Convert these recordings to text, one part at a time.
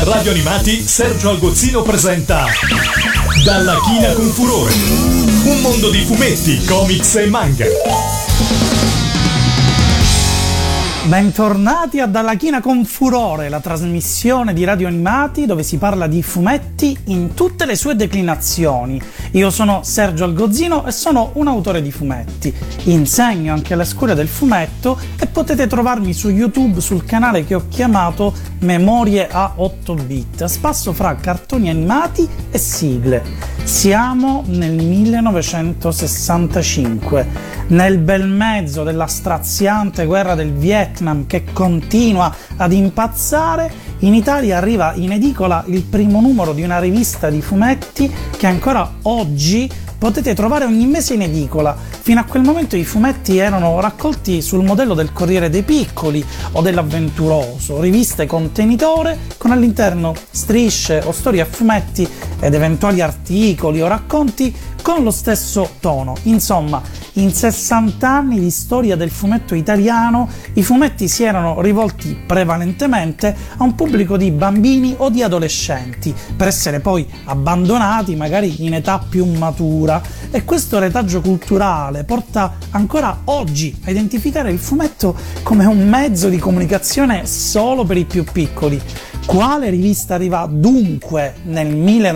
Radio Animati Sergio Algozzino presenta Dalla china con furore, un mondo di fumetti, comics e manga. Bentornati a Dalla china con furore, la trasmissione di Radio Animati dove si parla di fumetti in tutte le sue declinazioni. Io sono Sergio Algozzino e sono un autore di fumetti. Insegno anche alle scuole del fumetto e potete trovarmi su YouTube sul canale che ho chiamato Memorie a 8 bit, a spasso fra cartoni animati e sigle. Siamo nel 1965, nel bel mezzo della straziante guerra del Vietnam che continua ad impazzare. In Italia arriva in edicola il primo numero di una rivista di fumetti che ancora oggi potete trovare ogni mese in edicola. Fino a quel momento i fumetti erano raccolti sul modello del Corriere dei Piccoli o dell'Avventuroso, riviste contenitore con all'interno strisce o storie a fumetti ed eventuali articoli o racconti con lo stesso tono. Insomma, in 60 anni di storia del fumetto italiano, i fumetti si erano rivolti prevalentemente a un pubblico di bambini o di adolescenti, per essere poi abbandonati magari in età più matura, e questo retaggio culturale porta ancora oggi a identificare il fumetto come un mezzo di comunicazione solo per i più piccoli. Quale rivista arriva dunque nel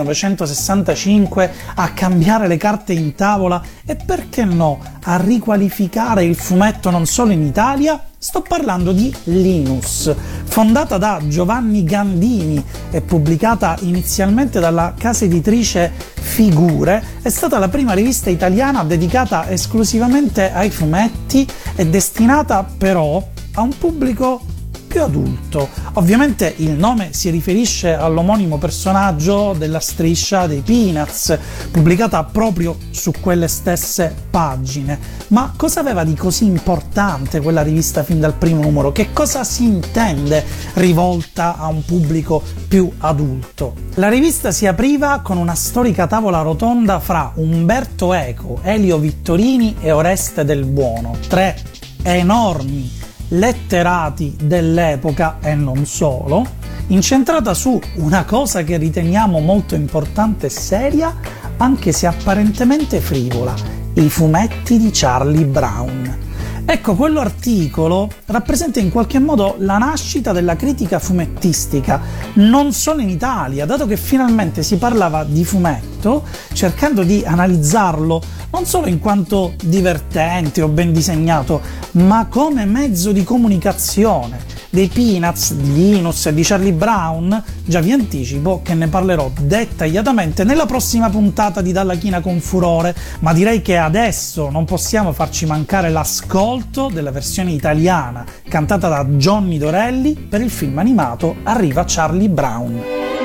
1965 a cambiare le carte in tavola e, perché no, a riqualificare il fumetto non solo in Italia? Sto parlando di Linus, fondata da Giovanni Gandini e pubblicata inizialmente dalla casa editrice Figure. È stata la prima rivista italiana dedicata esclusivamente ai fumetti e destinata però a un pubblico più adulto. Ovviamente il nome si riferisce all'omonimo personaggio della striscia dei Peanuts, pubblicata proprio su quelle stesse pagine. Ma cosa aveva di così importante quella rivista fin dal primo numero? Che cosa si intende rivolta a un pubblico più adulto? La rivista si apriva con una storica tavola rotonda fra Umberto Eco, Elio Vittorini e Oreste Del Buono, tre enormi letterati dell'epoca e non solo, incentrata su una cosa che riteniamo molto importante e seria, anche se apparentemente frivola: i fumetti di Charlie Brown. Ecco, quell'articolo rappresenta in qualche modo la nascita della critica fumettistica, non solo in Italia, dato che finalmente si parlava di fumetto cercando di analizzarlo non solo in quanto divertente o ben disegnato, ma come mezzo di comunicazione. Dei Peanuts, di Linus e di Charlie Brown già vi anticipo che ne parlerò dettagliatamente nella prossima puntata di Dalla china con furore, ma direi che adesso non possiamo farci mancare l'ascolto della versione italiana cantata da Johnny Dorelli per il film animato Arriva Charlie Brown.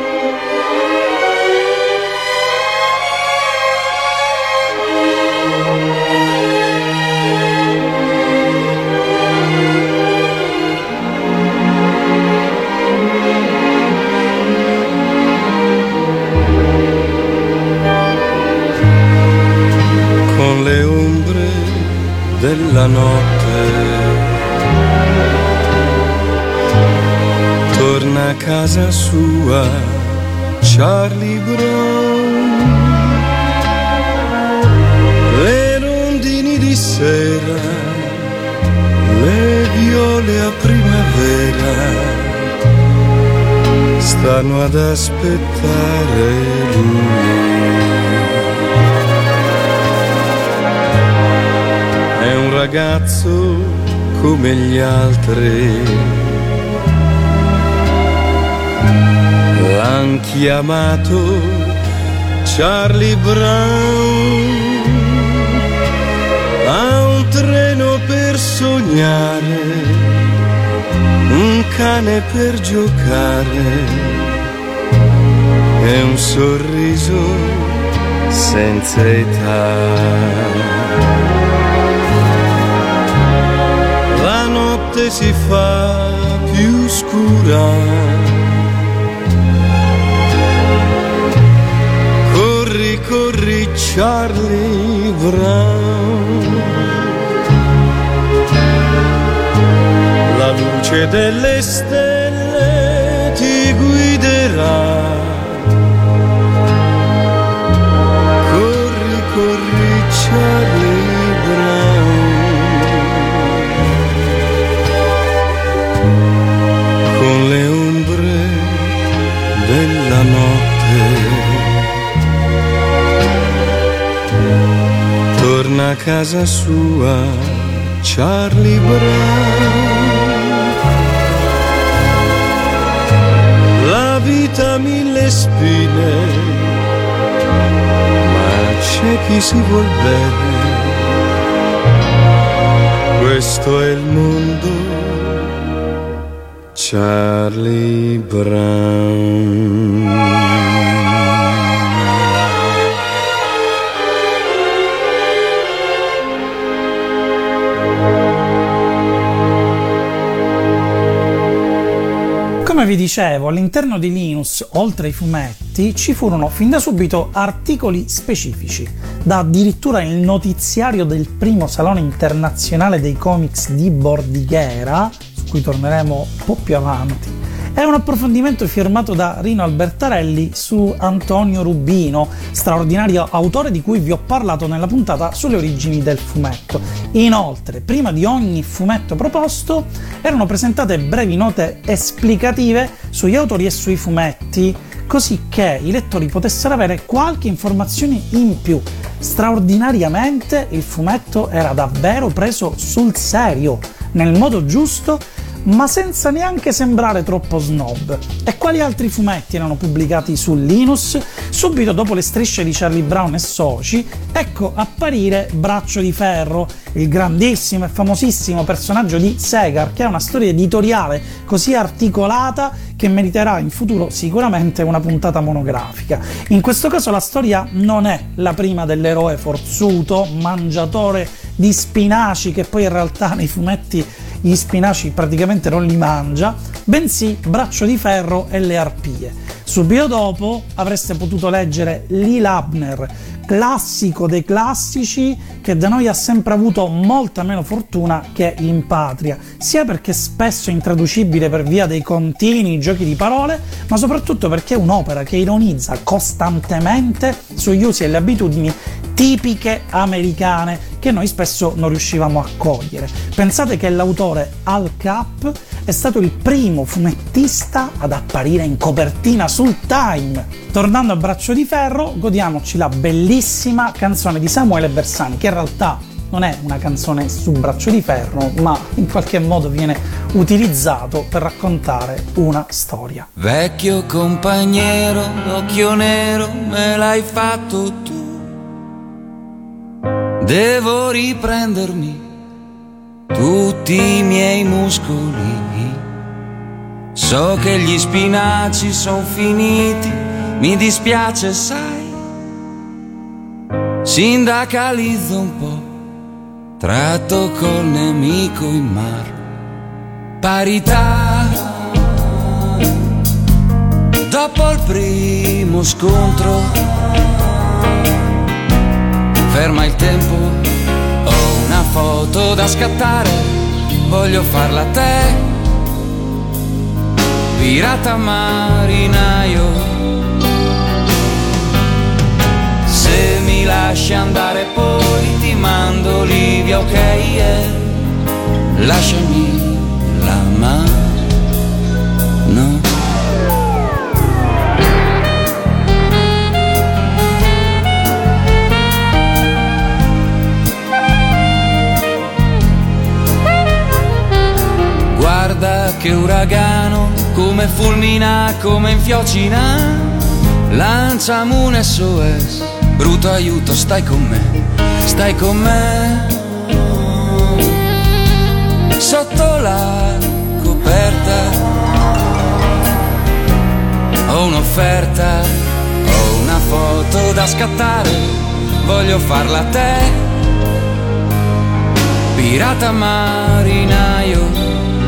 Della notte torna a casa sua Charlie Brown, le rondini di sera, le viole a primavera stanno ad aspettare lui. È un ragazzo come gli altri, l'han chiamato Charlie Brown, ha un treno per sognare, un cane per giocare e un sorriso senza età. La notte si fa più scura, corri, corri Charlie Brown, la luce delle stelle ti guiderà casa sua Charlie Brown. La vita ha mille spine, ma c'è chi si vuol bene. Questo è il mondo, Charlie Brown. Come vi dicevo, all'interno di Linus, oltre ai fumetti, ci furono fin da subito articoli specifici, da addirittura il notiziario del primo Salone Internazionale dei Comics di Bordighera, su cui torneremo un po' più avanti. È un approfondimento firmato da Rino Albertarelli su Antonio Rubino, straordinario autore di cui vi ho parlato nella puntata sulle origini del fumetto. Inoltre, prima di ogni fumetto proposto, erano presentate brevi note esplicative sugli autori e sui fumetti, così che i lettori potessero avere qualche informazione in più. Straordinariamente il fumetto era davvero preso sul serio, nel modo giusto, ma senza neanche sembrare troppo snob. E quali altri fumetti erano pubblicati su Linus? Subito dopo le strisce di Charlie Brown e soci, ecco apparire Braccio di Ferro, il grandissimo e famosissimo personaggio di Segar, che ha una storia editoriale così articolata che meriterà in futuro sicuramente una puntata monografica. In questo caso la storia non è la prima dell'eroe forzuto, mangiatore di spinaci, che poi in realtà nei fumetti gli spinaci praticamente non li mangia, bensì Braccio di Ferro e le arpie. Subito dopo avreste potuto leggere Lil Abner, classico dei classici che da noi ha sempre avuto molta meno fortuna che in patria, sia perché spesso intraducibile per via dei contini giochi di parole, ma soprattutto perché è un'opera che ironizza costantemente sugli usi e le abitudini tipiche americane che noi spesso non riuscivamo a cogliere. Pensate che l'autore Al Capp è stato il primo fumettista ad apparire in copertina sul Time. Tornando a Braccio di Ferro, godiamoci la bellissima canzone di Samuele Bersani, che in realtà non è una canzone su Braccio di Ferro, ma in qualche modo viene utilizzato per raccontare una storia. Vecchio compagnero, occhio nero, me l'hai fatto tu. Devo riprendermi tutti i miei muscoli. So che gli spinaci son finiti, mi dispiace sai. Sindacalizzo un po', tratto col nemico in mare. Parità, dopo il primo scontro. Ferma il tempo, ho una foto da scattare, voglio farla a te. Pirata marinaio, se mi lasci andare poi ti mando lì via, ok? Lasciami la mano. Guarda che uragano, come fulmina, come infiocina. Lanciami un SOS, brutto aiuto, stai con me, stai con me. Sotto la coperta ho un'offerta, ho una foto da scattare, voglio farla a te. Pirata marinaio,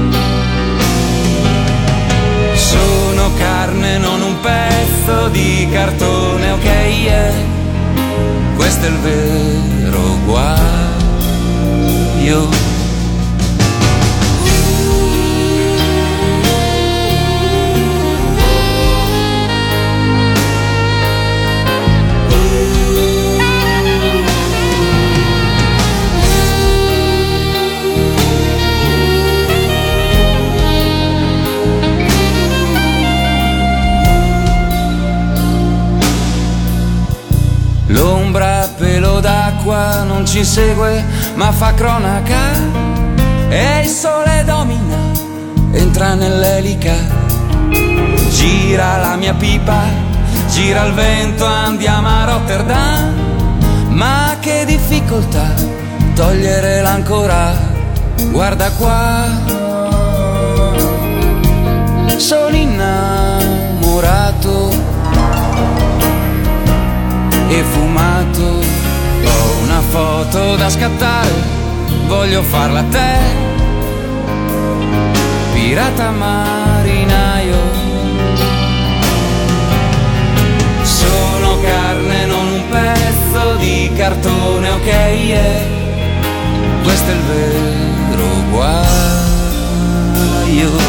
sono carne, non un pezzo di cartone, ok? Questo è il vero guaio. L'ombra a pelo d'acqua non ci ci insegue ma fa cronaca, e il sole domina, entra nell'elica. Gira la mia pipa, gira il vento, andiamo a Rotterdam. Ma che difficoltà togliere l'ancora, guarda qua. Sono innamorato e fumato, ho una foto da scattare, voglio farla a te, pirata marinaio. Sono carne, non un pezzo di cartone, ok, yeah. Questo è il vero guaio.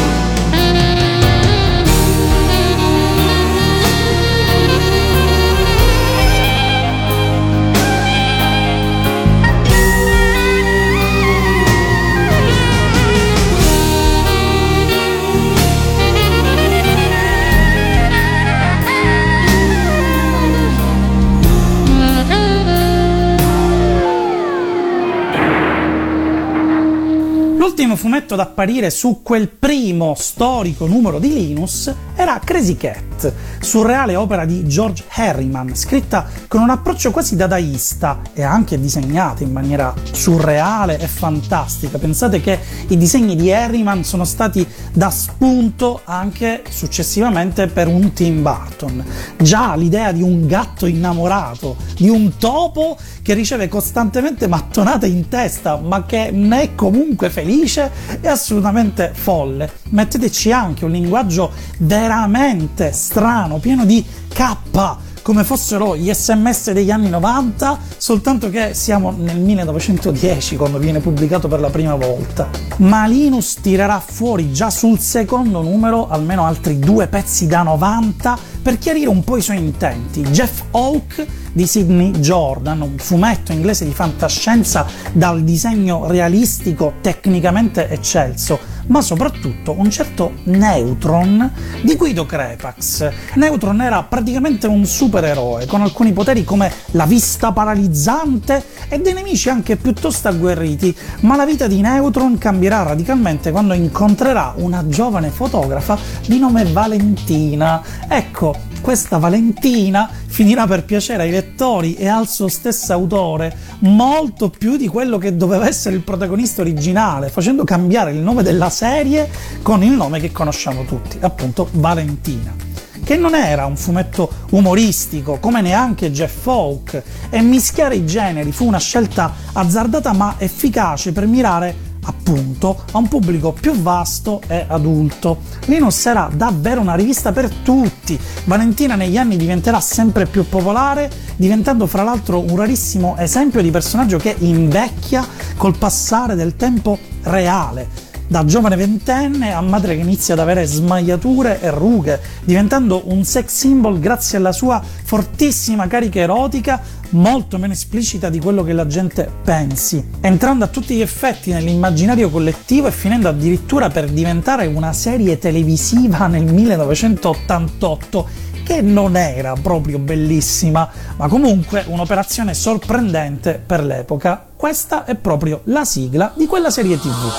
L'ultimo fumetto ad apparire su quel primo storico numero di Linus era Crazy Cat, surreale opera di George Herriman, scritta con un approccio quasi dadaista e anche disegnata in maniera surreale e fantastica. Pensate che i disegni di Herriman sono stati da spunto anche successivamente per un Tim Burton. Già l'idea di un gatto innamorato, di un topo che riceve costantemente mattonate in testa ma che ne è comunque felice, è assolutamente folle. Metteteci anche un linguaggio veramente strano, pieno di K, come fossero gli SMS degli anni 90, soltanto che siamo nel 1910 quando viene pubblicato per la prima volta. Ma Linus tirerà fuori già sul secondo numero almeno altri 2 pezzi da 90 per chiarire un po' i suoi intenti. Jeff Hawke di Sidney Jordan, un fumetto inglese di fantascienza dal disegno realistico tecnicamente eccelso, ma soprattutto un certo Neutron di Guido Crepax. Neutron era praticamente un supereroe con alcuni poteri come la vista paralizzante e dei nemici anche piuttosto agguerriti, ma la vita di Neutron cambierà radicalmente quando incontrerà una giovane fotografa di nome Valentina. Ecco, questa Valentina finirà per piacere ai lettori e al suo stesso autore molto più di quello che doveva essere il protagonista originale, facendo cambiare il nome della serie con il nome che conosciamo tutti, appunto Valentina, che non era un fumetto umoristico come neanche Jeff Hawke, e mischiare i generi fu una scelta azzardata ma efficace per mirare appunto a un pubblico più vasto e adulto. Linus era davvero una rivista per tutti. Valentina negli anni diventerà sempre più popolare, diventando fra l'altro un rarissimo esempio di personaggio che invecchia col passare del tempo reale, da giovane ventenne a madre che inizia ad avere smagliature e rughe, diventando un sex symbol grazie alla sua fortissima carica erotica, molto meno esplicita di quello che la gente pensi, entrando a tutti gli effetti nell'immaginario collettivo e finendo addirittura per diventare una serie televisiva nel 1988, che non era proprio bellissima, ma comunque un'operazione sorprendente per l'epoca. Questa è proprio la sigla di quella serie TV.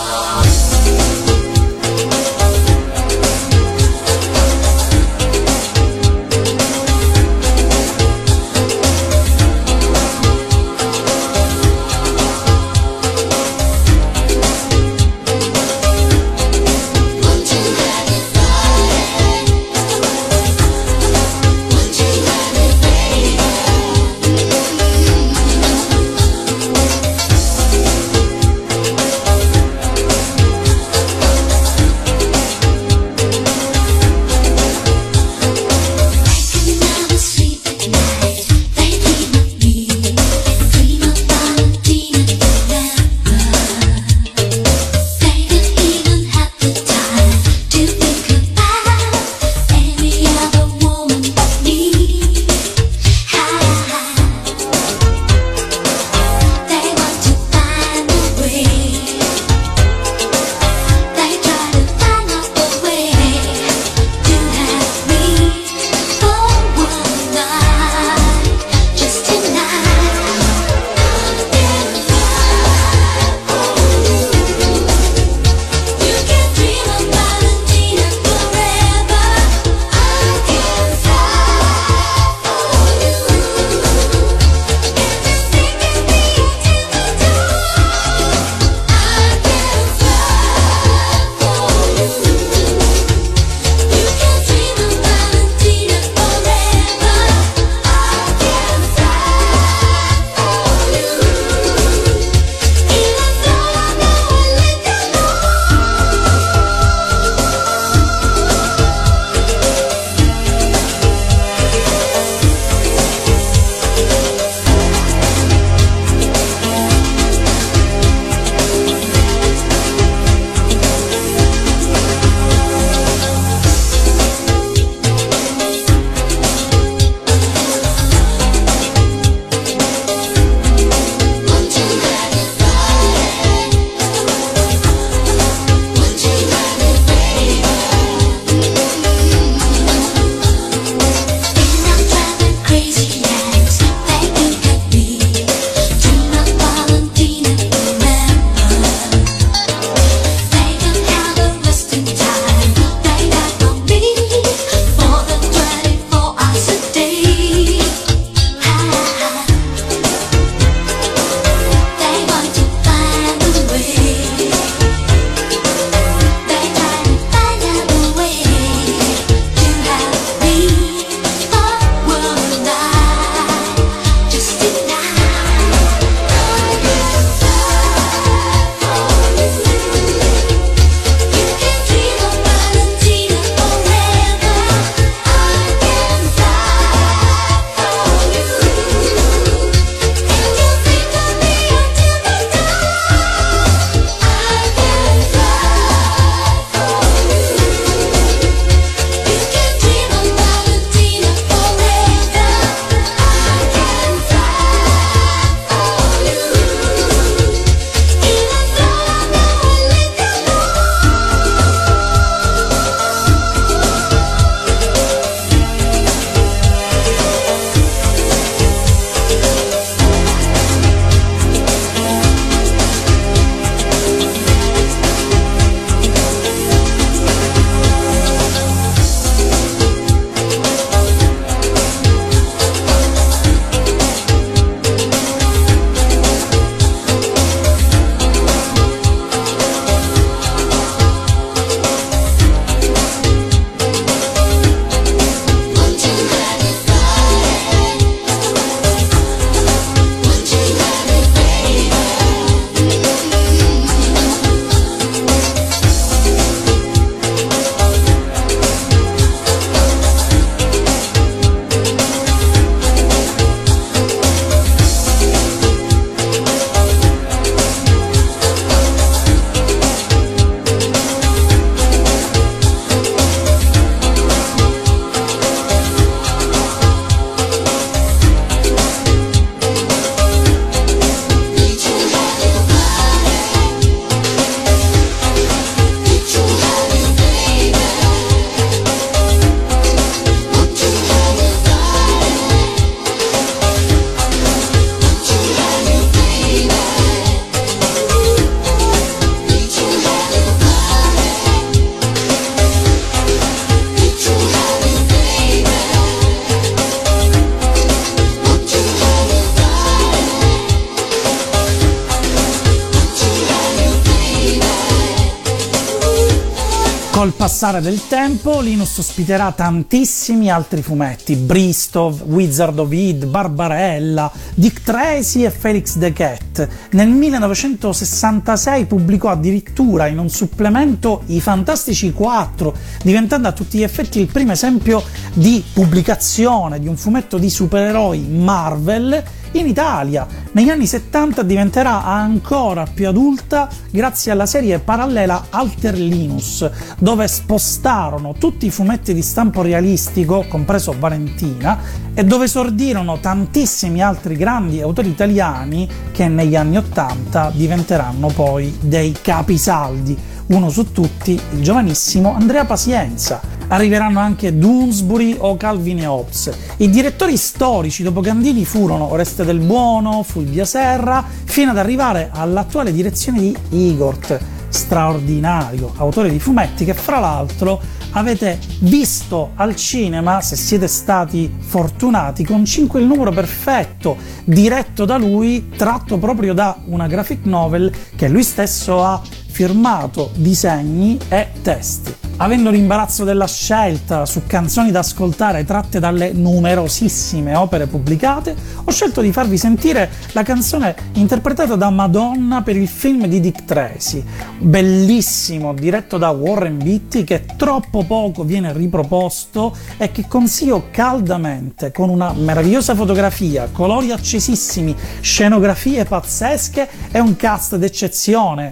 Col passare del tempo Linus ospiterà tantissimi altri fumetti: Bristow, Wizard of Id, Barbarella, Dick Tracy e Felix the Cat. Nel 1966 pubblicò addirittura in un supplemento I Fantastici 4, diventando a tutti gli effetti il primo esempio di pubblicazione di un fumetto di supereroi Marvel in Italia. Negli anni 70 diventerà ancora più adulta grazie alla serie parallela Alter Linus, dove spostarono tutti i fumetti di stampo realistico, compreso Valentina, e dove esordirono tantissimi altri grandi autori italiani che negli anni 80 diventeranno poi dei capisaldi. Uno su tutti, il giovanissimo Andrea Pazienza. Arriveranno anche Doonesbury o Calvin e Hobbes. I direttori storici dopo Gandini furono Oreste Del Buono, Fulvia Serra, fino ad arrivare all'attuale direzione di Igort, straordinario autore di fumetti che fra l'altro avete visto al cinema, se siete stati fortunati, con 5 il numero perfetto, diretto da lui, tratto proprio da una graphic novel che lui stesso ha firmato disegni e testi. Avendo l'imbarazzo della scelta su canzoni da ascoltare tratte dalle numerosissime opere pubblicate, ho scelto di farvi sentire la canzone interpretata da Madonna per il film di Dick Tracy, bellissimo, diretto da Warren Beatty, che troppo poco viene riproposto e che consiglio caldamente, con una meravigliosa fotografia, colori accesissimi, scenografie pazzesche e un cast d'eccezione.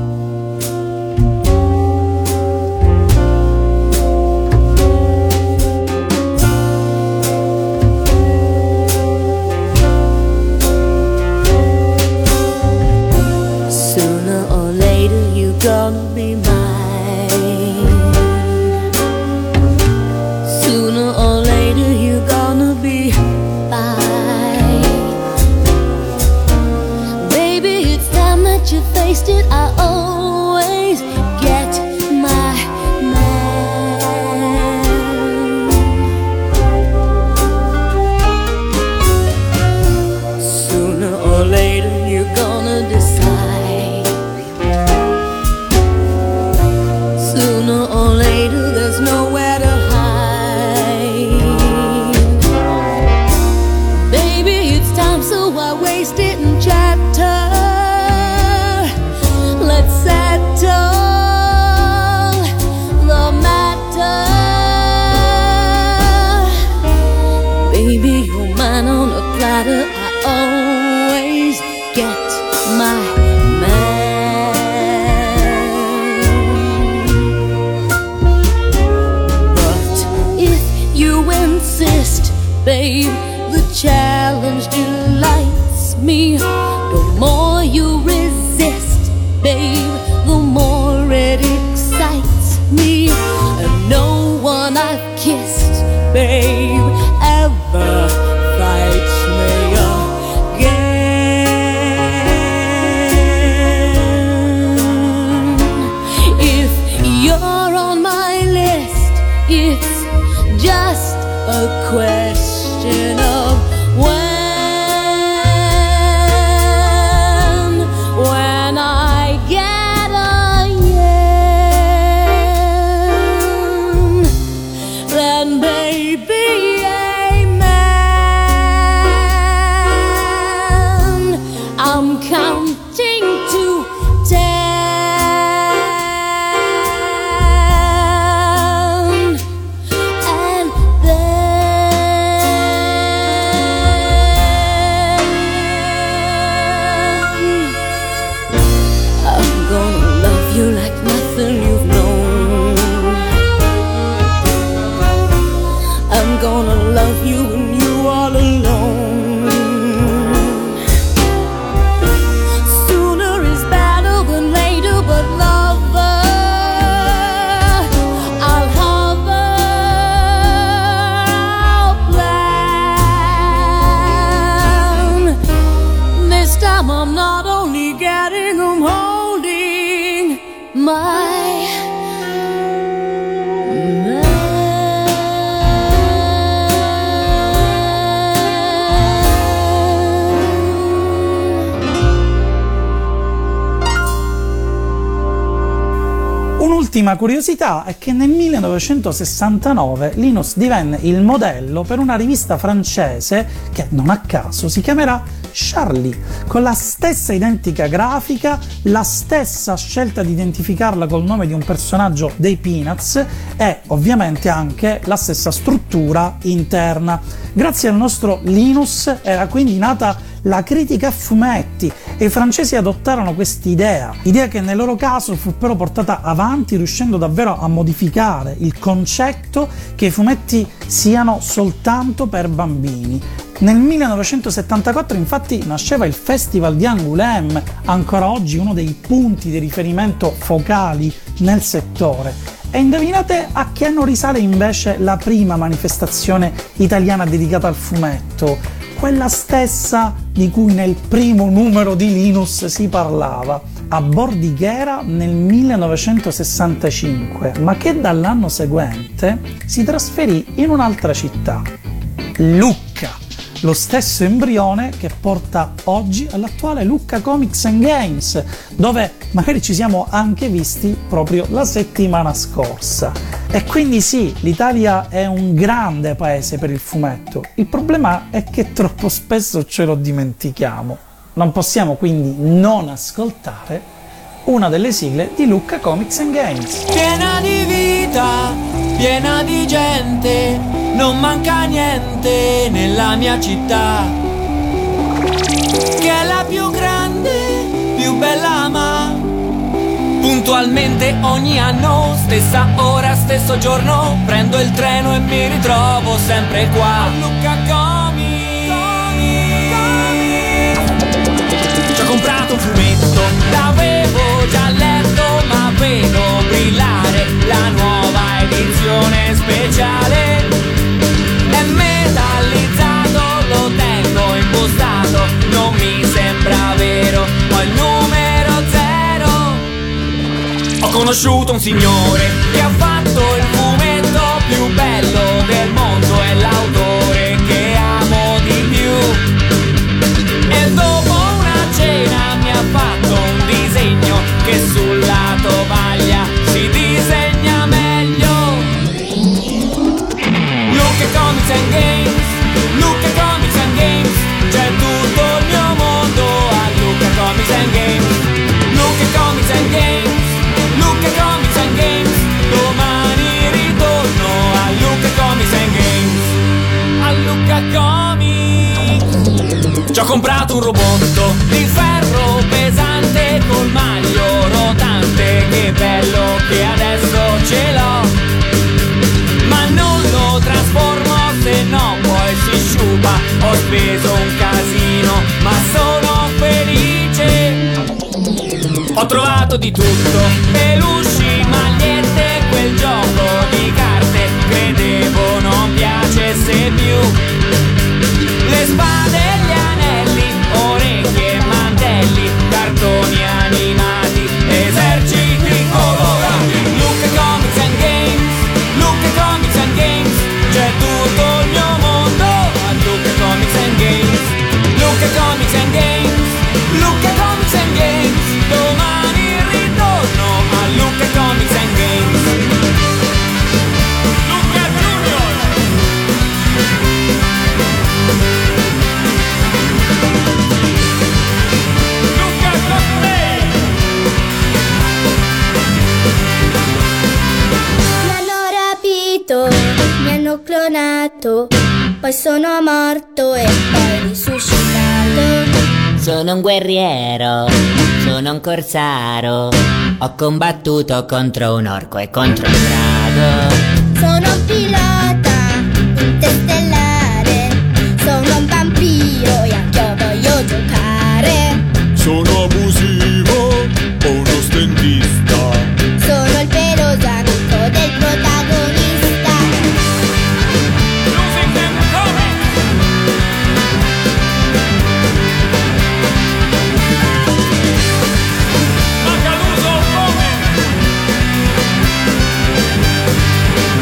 Gonna be mine. Sooner or later you're gonna be mine. Baby, it's time that you faced it. I always get my man. Sooner or later you're gonna decide. Sooner or later, there's nowhere to hide. Baby, it's time, so I waste it in chatter. Let's settle the matter. Baby, you're mine on a platter. I always get my man. Babe, the challenge delights me. The more you resist, babe, the more it excites me. And no one I've kissed, babe, ever fights me again. If you're on my list, it's just a question of when I get a yen, then baby, amen. I'm counting to 10, and I'm gonna love you and you all alone. Sooner is better than later, but lover, I'll hover, I'll plan. This time I'm not only getting, I'm holding my man. Ultima curiosità è che nel 1969 Linus divenne il modello per una rivista francese che, non a caso, si chiamerà Charlie, con la stessa identica grafica, la stessa scelta di identificarla col nome di un personaggio dei Peanuts e ovviamente anche la stessa struttura interna. Grazie al nostro Linus era quindi nata la critica a fumetti e i francesi adottarono quest'idea, idea che nel loro caso fu però portata avanti riuscendo davvero a modificare il concetto che i fumetti siano soltanto per bambini. Nel 1974 infatti nasceva il Festival di Angoulême, ancora oggi uno dei punti di riferimento focali nel settore. E indovinate a che anno risale invece la prima manifestazione italiana dedicata al fumetto? Quella stessa di cui nel primo numero di Linus si parlava, a Bordighera nel 1965, ma che dall'anno seguente si trasferì in un'altra città, Lucca, lo stesso embrione che porta oggi all'attuale Lucca Comics and Games, dove magari ci siamo anche visti proprio la settimana scorsa. E quindi sì, l'Italia è un grande paese per il fumetto, il problema è che troppo spesso ce lo dimentichiamo. Non possiamo quindi non ascoltare una delle sigle di Lucca Comics and Games. Piena di vita, piena di gente, non manca niente nella mia città, che è la più grande, più bella, ma puntualmente ogni anno, stessa ora, stesso giorno, prendo il treno e mi ritrovo sempre qua a Lucca Comics. Ci ho comprato un fumetto, l'avevo già letto, ma vedo brillare la nuova edizione speciale. È metallizzato, lo tengo impostato, non mi sembra vero, ho il numero 0. Ho conosciuto un signore che ha fatto il fumetto più bello del mondo, è l'autore che amo di più. E dopo una cena mi ha fatto un disegno che sulla tovaglia si disegna meglio. Lucca Comics and Games, Lucca Comics and Games, c'è tutto il mio mondo a Lucca Comics and Games. Lucca Comics and Games, Lucca Comics and Games, domani ritorno a Lucca Comics and Games, a Lucca Comics. Ci ho comprato un robotto di ferro pesante col maglio rotante, che bello che adesso ce l'ho, ma non lo trasformo se no poi si sciupa. Ho speso un casino ma sono felice. Ho trovato di tutto, peluche, magliette, quel gioco di carte credevo non piacesse più. Le spade, gli anelli, orecchie, mantelli, cartoni animati, eserciti colorati. Lucca Comics and Games, Lucca Comics and Games, c'è tutto il mio mondo a Lucca Comics and Games. Lucca Comics and Games, Lucca Comics and Games, domani ritorno a Lucca Comics and Games. Lucca Junior. Lucca Cosplay. Mi hanno rapito, mi hanno clonato, poi sono morto e poi risuscitato. Sono un guerriero, sono un corsaro, ho combattuto contro un orco e contro un drago. Sono un pilota interstellare, sono un vampiro e anch'io voglio giocare. Sono abusivo o uno stentista. Sono il peloso amico del protagonista. Music and Comics. Macaluso Comics.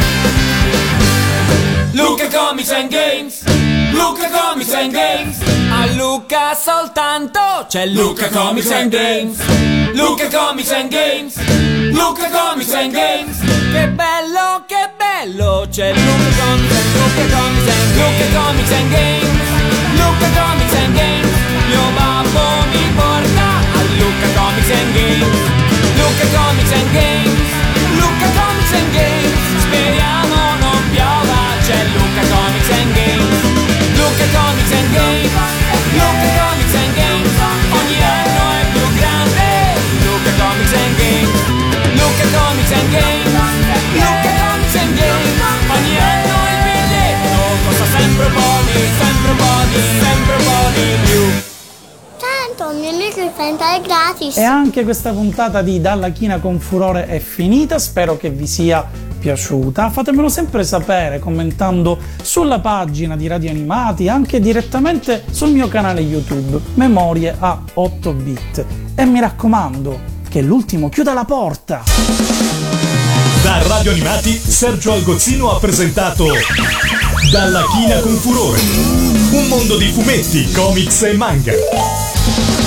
Lucca Comics and Games, Lucca Comics and Games, A Lucca soltanto c'è Lucca Comics and Games. Lucca Comics and Games. Lucca Comics and Games. Che bello, c'è Lucca Comics and Games. Lucca Comics and Games. Mio babbo mi porta a Lucca Comics and Games. Lucca Comics and Games. Lucca Comics and Games. Speriamo non piova, c'è Lucca Comics and Games. Lucca Comics and Games. Lucca Comics and Games. Ogni anno è più grande. Lucca Comics and Games. Lucca Comics and Games. Lucca Comics and Games. Ogni anno il biglietto costa sempre un po' di più. Tanto il mio amico è gratis. E anche questa puntata di Dalla China con Furore è finita, spero che vi sia piaciuta. Fatemelo sempre sapere commentando sulla pagina di Radio Animati, anche direttamente sul mio canale YouTube Memorie a 8 bit. E mi raccomando che l'ultimo chiuda la porta. Da Radio Animati Sergio Algozzino ha presentato Dalla China con Furore, un mondo di fumetti, comics e manga.